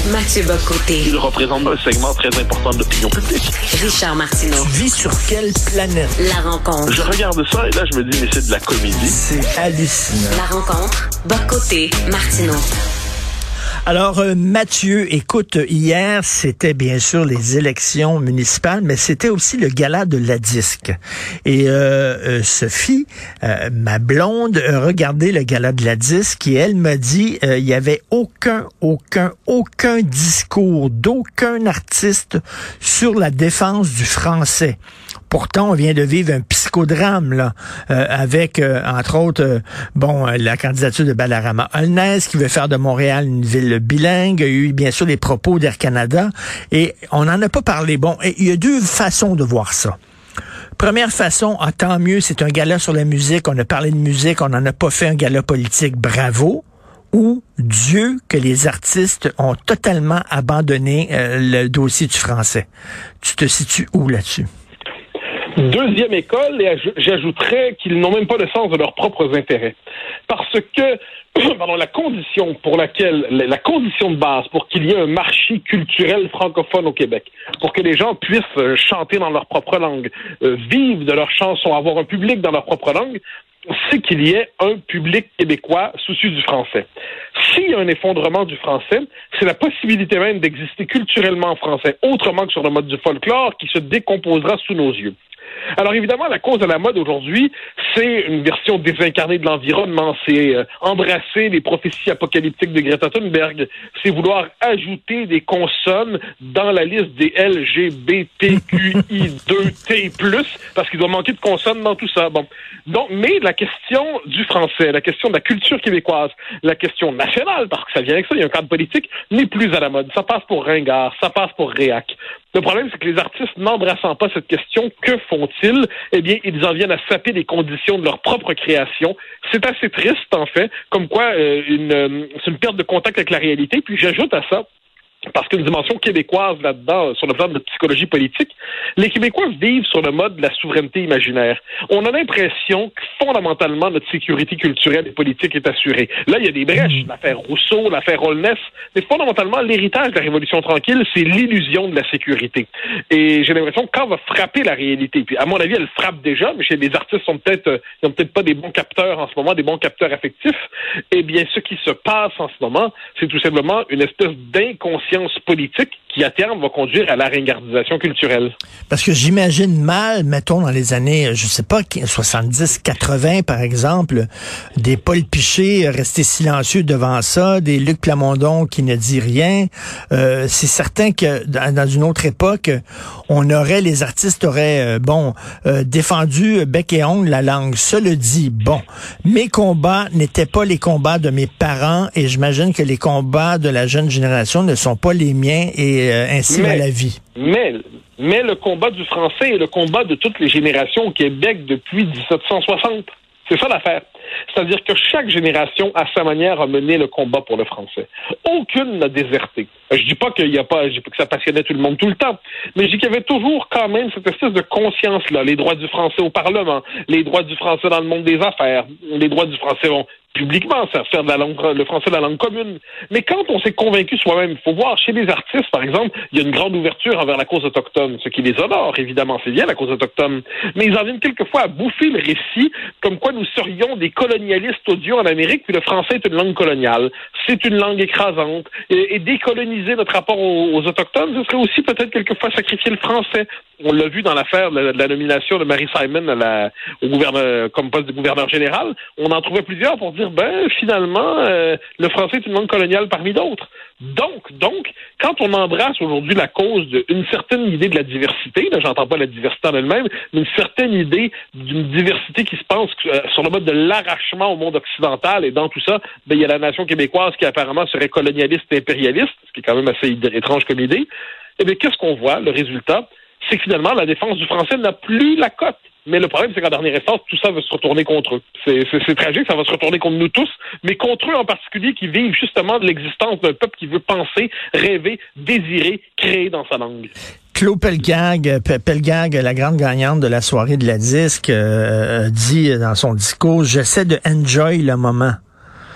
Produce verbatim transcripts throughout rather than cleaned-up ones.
Mathieu Bock-Côté. Il représente un segment très important de l'opinion publique. Richard Martineau. Tu vis sur quelle planète? La rencontre. Je regarde ça et là, je me dis, mais c'est de la comédie. C'est hallucinant. La rencontre. Bock-Côté, Martineau. Alors, euh, Mathieu, écoute, hier, c'était bien sûr les élections municipales, mais c'était aussi le gala de la disque. Et euh, euh, Sophie, euh, ma blonde, a regardé le gala de la disque et elle m'a dit euh, il y avait aucun, aucun, aucun discours d'aucun artiste sur la défense du français. Pourtant, on vient de vivre un psychodrame là, euh, avec, euh, entre autres, euh, bon, euh, la candidature de Balarama Holness qui veut faire de Montréal une ville bilingue. Il y a eu bien sûr les propos d'Air Canada et on n'en a pas parlé. Bon, et il y a deux façons de voir ça. Première façon, ah, tant mieux, c'est un gala sur la musique. On a parlé de musique, on n'en a pas fait un gala politique. Bravo. Ou Dieu que les artistes ont totalement abandonné euh, le dossier du français. Tu te situes où là-dessus? Deuxième école, et j'ajouterais qu'ils n'ont même pas le sens de leurs propres intérêts. Parce que, pardon, la condition pour laquelle, la condition de base pour qu'il y ait un marché culturel francophone au Québec, pour que les gens puissent chanter dans leur propre langue, vivre de leurs chansons, avoir un public dans leur propre langue, c'est qu'il y ait un public québécois soucieux du français. S'il y a un effondrement du français, c'est la possibilité même d'exister culturellement en français, autrement que sur le mode du folklore, qui se décomposera sous nos yeux. Alors évidemment, la cause de la mode aujourd'hui, c'est une version désincarnée de l'environnement, c'est euh, embrasser les prophéties apocalyptiques de Greta Thunberg, c'est vouloir ajouter des consonnes dans la liste des L G B T Q I deux T plus, parce qu'il doit manquer de consonnes dans tout ça. Bon, donc, mais la question du français, la question de la culture québécoise, la question nationale, parce que ça vient avec ça, il y a un cadre politique, n'est plus à la mode. Ça passe pour ringard, ça passe pour réac. Le problème, c'est que les artistes, n'embrassant pas cette question, que font-ils? Eh bien, ils en viennent à saper les conditions de leur propre création. C'est assez triste, en fait, comme quoi euh, une, euh, c'est une perte de contact avec la réalité. Puis j'ajoute à ça, parce qu'une dimension québécoise là-dedans, sur le plan de la psychologie politique, les Québécois vivent sur le mode de la souveraineté imaginaire. On a l'impression que fondamentalement, notre sécurité culturelle et politique est assurée. Là, il y a des brèches, l'affaire Rousseau, l'affaire Holness, mais fondamentalement, l'héritage de la Révolution tranquille, c'est l'illusion de la sécurité. Et j'ai l'impression que quand va frapper la réalité, puis à mon avis, elle frappe déjà, mais chez les artistes sont peut-être, euh, ils n'ont peut-être pas des bons capteurs en ce moment, des bons capteurs affectifs, eh bien, ce qui se passe en ce moment, c'est tout simplement une espèce d'inconscience politique qui, à terme, va conduire à la ringardisation culturelle. Parce que j'imagine mal, mettons, dans les années, je sais pas, soixante-dix, quatre-vingts, par exemple, des Paul Piché restés silencieux devant ça, des Luc Plamondon qui ne dit rien. Euh, c'est certain que dans, dans une autre époque, on aurait, les artistes auraient, euh, bon, euh, défendu bec et ongle la langue. Ça le dit, bon. Mes combats n'étaient pas les combats de mes parents et j'imagine que les combats de la jeune génération ne sont pas les miens et euh, ainsi va la vie. Mais, mais le combat du français est le combat de toutes les générations au Québec depuis dix-sept cent soixante. C'est ça l'affaire. C'est-à-dire que chaque génération, à sa manière, a mené le combat pour le français. Aucune n'a déserté. Je dis pas qu'il y a pas, je dis pas que ça passionnait tout le monde tout le temps, mais je dis qu'il y avait toujours quand même cette espèce de conscience-là. Les droits du français au Parlement, les droits du français dans le monde des affaires, les droits du français bon, publiquement, ça faire de la langue, le français de la langue commune. Mais quand on s'est convaincu soi-même, il faut voir, chez les artistes, par exemple, il y a une grande ouverture envers la cause autochtone, ce qui les honore, évidemment, c'est bien la cause autochtone. Mais ils en viennent quelquefois à bouffer le récit, comme quoi nous serions des colonialistes odieux en Amérique, puis le français est une langue coloniale. C'est une langue écrasante. Et, et décoloniser notre rapport aux, aux Autochtones, ce serait aussi peut-être quelquefois sacrifier le français. On l'a vu dans l'affaire de la, de la nomination de Mary Simon à la, au gouverneur, comme poste de gouverneur général. On en trouvait plusieurs pour dire, ben, finalement, euh, le français est une langue coloniale parmi d'autres. Donc, donc, quand on embrasse aujourd'hui la cause d'une certaine idée de la diversité, là, j'entends pas la diversité en elle-même, mais une certaine idée d'une diversité qui se pense euh, sur le mode de l'arrachement au monde occidental, et dans tout ça, ben, il y a la nation québécoise qui apparemment serait colonialiste et impérialiste, ce qui est quand même assez étrange comme idée. Eh bien, qu'est-ce qu'on voit? Le résultat, c'est que finalement, la défense du français n'a plus la cote. Mais le problème, c'est qu'en dernière instance, tout ça va se retourner contre eux. C'est, c'est, c'est tragique, ça va se retourner contre nous tous, mais contre eux en particulier qui vivent justement de l'existence d'un peuple qui veut penser, rêver, désirer, créer dans sa langue. Claude Pelgag, Pelgag, la grande gagnante de la soirée de la disque, euh, dit dans son discours « J'essaie de enjoy le moment ».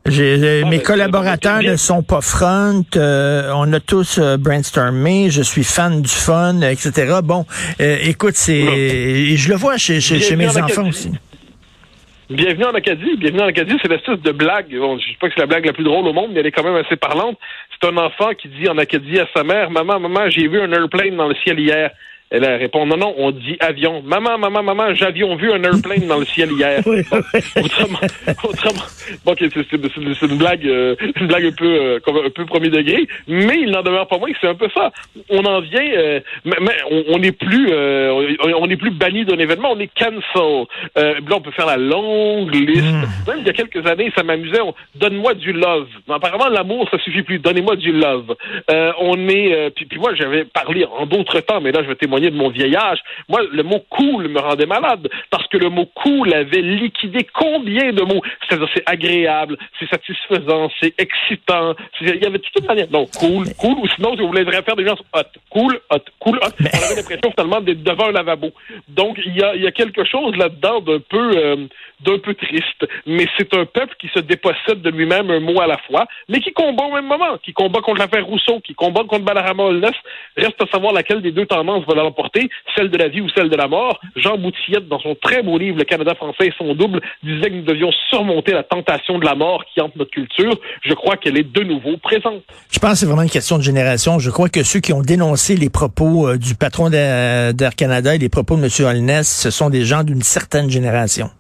J'ai, Ah, mes ben, collaborateurs bien. ne sont pas front. Euh, on a tous euh, brainstormé. Je suis fan du fun, et cetera. Bon, euh, écoute, c'est, et je le vois chez, chez, chez mes Bienvenue en enfants Acadie. aussi. Bienvenue en Acadie. Bienvenue en Acadie, c'est l'espèce de blague. Bon, je sais pas que c'est la blague la plus drôle au monde, mais elle est quand même assez parlante. C'est un enfant qui dit en Acadie à sa mère, « Maman, maman, j'ai vu un airplane dans le ciel hier. » Elle répond, non, non, on dit avion. Maman, maman, maman, j'avions vu un airplane dans le ciel hier. Oui, Bon, autrement, autrement, bon, okay, c'est, c'est, c'est, c'est une blague, euh, une blague un peu, euh, comme un peu premier degré, mais il n'en demeure pas moins que c'est un peu ça. On en vient, euh, mais, mais on n'est plus, euh, on n'est plus banni d'un événement, on est cancel. Euh, là, on peut faire la longue liste. Mmh. Même il y a quelques années, ça m'amusait. On, donne-moi du love. Mais apparemment, l'amour, ça suffit plus. Donnez-moi du love. Euh, on est, euh, puis, puis moi, j'avais parlé en d'autres temps, mais là, je vais témoigner de mon vieil âge. Moi, le mot cool me rendait malade parce que le mot cool avait liquidé combien de mots. C'est-à-dire, c'est agréable, c'est satisfaisant, c'est excitant. C'est, il y avait toute une manière. Non, cool, cool, ou sinon, je voulais faire des gens hot. Cool, hot, cool, hot. On avait l'impression finalement d'être devant un lavabo. Donc, il y a, il y a quelque chose là-dedans d'un peu, euh, d'un peu triste. Mais c'est un peuple qui se dépossède de lui-même un mot à la fois, mais qui combat au même moment, qui combat contre l'affaire Rousseau, qui combat contre Balarama Holness. Reste à savoir laquelle des deux tendances va l'emporter, celle de la vie ou celle de la mort. Jean Boutillette, dans son très beau livre « Le Canada français et son double », disait que nous devions surmonter la tentation de la mort qui hante notre culture. Je crois qu'elle est de nouveau présente. Je pense que c'est vraiment une question de génération. Je crois que ceux qui ont dénoncé les propos euh, du patron d'Air, d'Air Canada et les propos de M. Holness, ce sont des gens d'une certaine génération.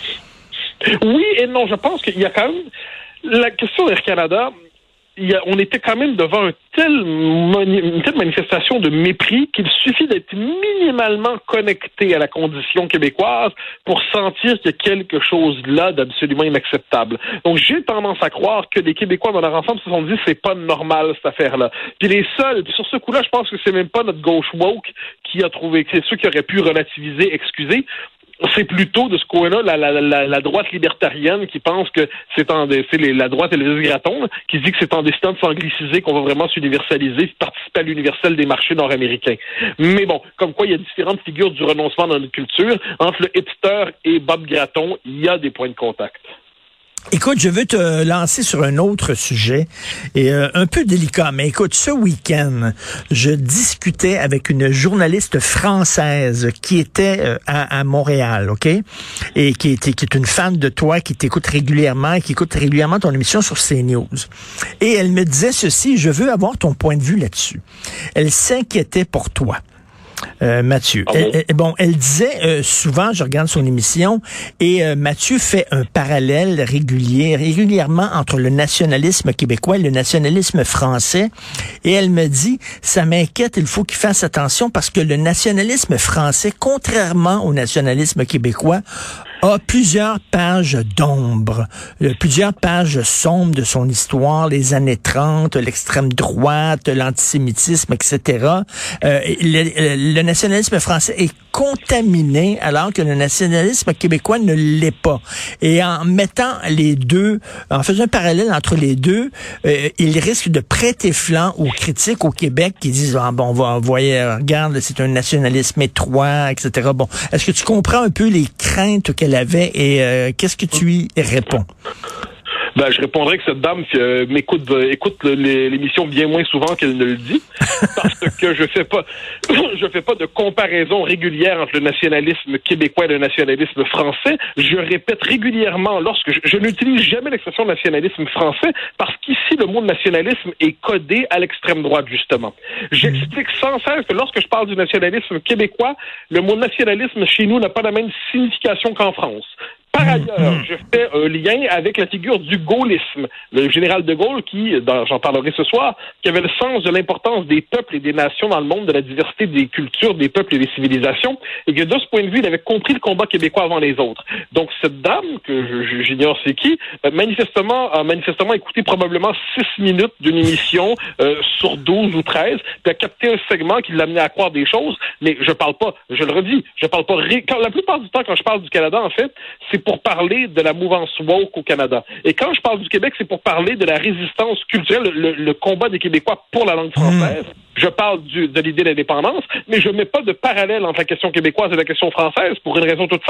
Oui et non. Je pense qu'il y a quand même... La question d'Air Canada... Il y a, on était quand même devant un tel moni- une telle manifestation de mépris qu'il suffit d'être minimalement connecté à la condition québécoise pour sentir qu'il y a quelque chose là d'absolument inacceptable. Donc j'ai tendance à croire que les Québécois dans leur ensemble se sont dit c'est pas normal cette affaire-là. Puis les seuls, puis sur ce coup-là, je pense que c'est même pas notre gauche woke qui a trouvé, c'est ceux qui auraient pu relativiser, excuser. C'est plutôt de ce coin-là la, la, la, la droite libertarienne qui pense que c'est en c'est les, la droite et les Graton qui dit que c'est en décidant de s'angliciser qu'on va vraiment s'universaliser et participer à l'universel des marchés nord-américains. Mais bon, comme quoi il y a différentes figures du renoncement dans notre culture. Entre le hipster et Bob Graton, il y a des points de contact. Écoute, je veux te lancer sur un autre sujet, et euh, un peu délicat, mais écoute, ce week-end, je discutais avec une journaliste française qui était euh, à, à Montréal, OK? Et qui, était, qui est une fan de toi, qui t'écoute régulièrement, et qui écoute régulièrement ton émission sur CNews. Et elle me disait ceci, je veux avoir ton point de vue là-dessus. Elle s'inquiétait pour toi. Euh, Mathieu. Ah bon? Elle, elle, bon, elle disait euh, souvent, je regarde son émission, et euh, Mathieu fait un parallèle régulier, régulièrement entre le nationalisme québécois et le nationalisme français. Et elle me dit, ça m'inquiète, il faut qu'il fasse attention parce que le nationalisme français, contrairement au nationalisme québécois, a plusieurs pages d'ombre, euh, plusieurs pages sombres de son histoire, les années trente, l'extrême droite, l'antisémitisme, et cetera. Euh, le, le nationalisme français est contaminé alors que le nationalisme québécois ne l'est pas. Et en mettant les deux, en faisant un parallèle entre les deux, euh, il risque de prêter flanc aux critiques au Québec qui disent ah, bon, on va voyez, regarde, c'est un nationalisme étroit, et cetera. Bon, est-ce que tu comprends un peu les craintes qu'elle avait et euh, qu'est-ce que tu y réponds? Ben, je répondrais que cette dame euh, m'écoute euh, écoute le, l'émission bien moins souvent qu'elle ne le dit, parce que je fais pas je fais pas de comparaison régulière entre le nationalisme québécois et le nationalisme français. Je répète régulièrement lorsque je, je n'utilise jamais l'expression nationalisme français parce qu'ici le mot nationalisme est codé à l'extrême droite justement. J'explique sans cesse que lorsque je parle du nationalisme québécois, le mot nationalisme chez nous n'a pas la même signification qu'en France. Par ailleurs, je fais un lien avec la figure du gaullisme. Le général de Gaulle, qui, dans, j'en parlerai ce soir, qui avait le sens de l'importance des peuples et des nations dans le monde, de la diversité des cultures, des peuples et des civilisations, et que de ce point de vue, il avait compris le combat québécois avant les autres. Donc, cette dame, que je, j'ignore c'est qui, manifestement, a manifestement écouté probablement six minutes d'une émission euh, sur douze ou treize, puis a capté un segment qui l'amenait à croire des choses, mais je parle pas, je le redis, je parle pas, ré... quand, la plupart du temps, quand je parle du Canada, en fait, c'est pour parler de la mouvance woke au Canada. Et quand je parle du Québec, c'est pour parler de la résistance culturelle, le, le combat des Québécois pour la langue française. Mmh. Je parle du, de l'idée d'indépendance, mais je ne mets pas de parallèle entre la question québécoise et la question française pour une raison toute simple.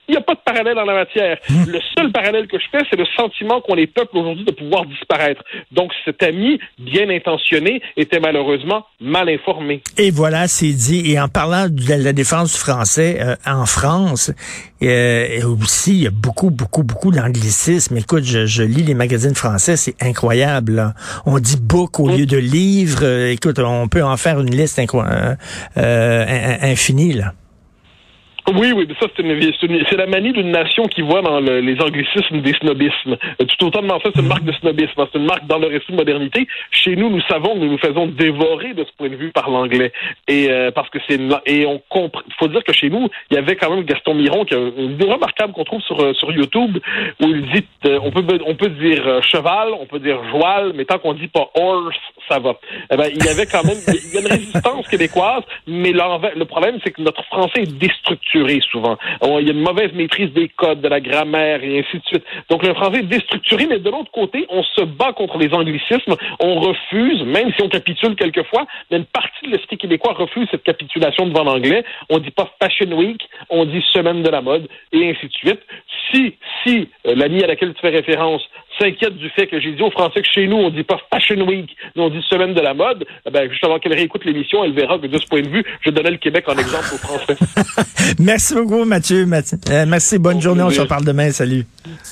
Il n'y a pas de parallèle en la matière. Mmh. Le seul parallèle que je fais, c'est le sentiment qu'ont les peuples aujourd'hui de pouvoir disparaître. Donc, cet ami, bien intentionné, était malheureusement mal informé. Et voilà, c'est dit. Et en parlant de la défense du français, euh, en France, euh, aussi, il y a beaucoup, beaucoup, beaucoup d'anglicisme. Écoute, je, je lis les magazines français, c'est incroyable. Là. On dit book au mmh. lieu de livre. Euh, écoute, on peut en faire une liste incro- euh, euh, infinie, là. Oui, oui, mais ça, c'est, une, c'est, une, c'est la manie d'une nation qui voit dans le, les anglicismes des snobismes. Tout autant, en fait, c'est une marque de snobisme. C'est une marque dans le récit de modernité. Chez nous, nous savons que nous nous faisons dévorer de ce point de vue par l'anglais. Et euh, parce que c'est une, et on comprend. Il faut dire que chez nous, il y avait quand même Gaston Miron qui a une vidéo remarquable qu'on trouve sur sur YouTube où il dit euh, on peut on peut dire euh, cheval, on peut dire joual, mais tant qu'on dit pas horse, ça va. Eh ben, il y avait quand même il y a une résistance québécoise, mais le problème, c'est que notre français est déstructuré. Souvent. Il y a une mauvaise maîtrise des codes, de la grammaire et ainsi de suite. Donc le français est déstructuré, mais de l'autre côté, on se bat contre les anglicismes. On refuse, même si on capitule quelquefois, mais une partie de l'esprit québécois refuse cette capitulation devant l'anglais. On dit pas Fashion Week, on dit Semaine de la mode et ainsi de suite. Si, si euh, l'ami à laquelle tu fais référence s'inquiète du fait que j'ai dit aux Français que chez nous, on dit pas Fashion Week, mais on dit Semaine de la mode, eh ben, juste avant qu'elle réécoute l'émission, elle verra que de ce point de vue, je donnais le Québec en exemple aux Français. Merci beaucoup, Mathieu. Mathieu. Euh, merci, bonne bon journée. On se reparle demain. Salut.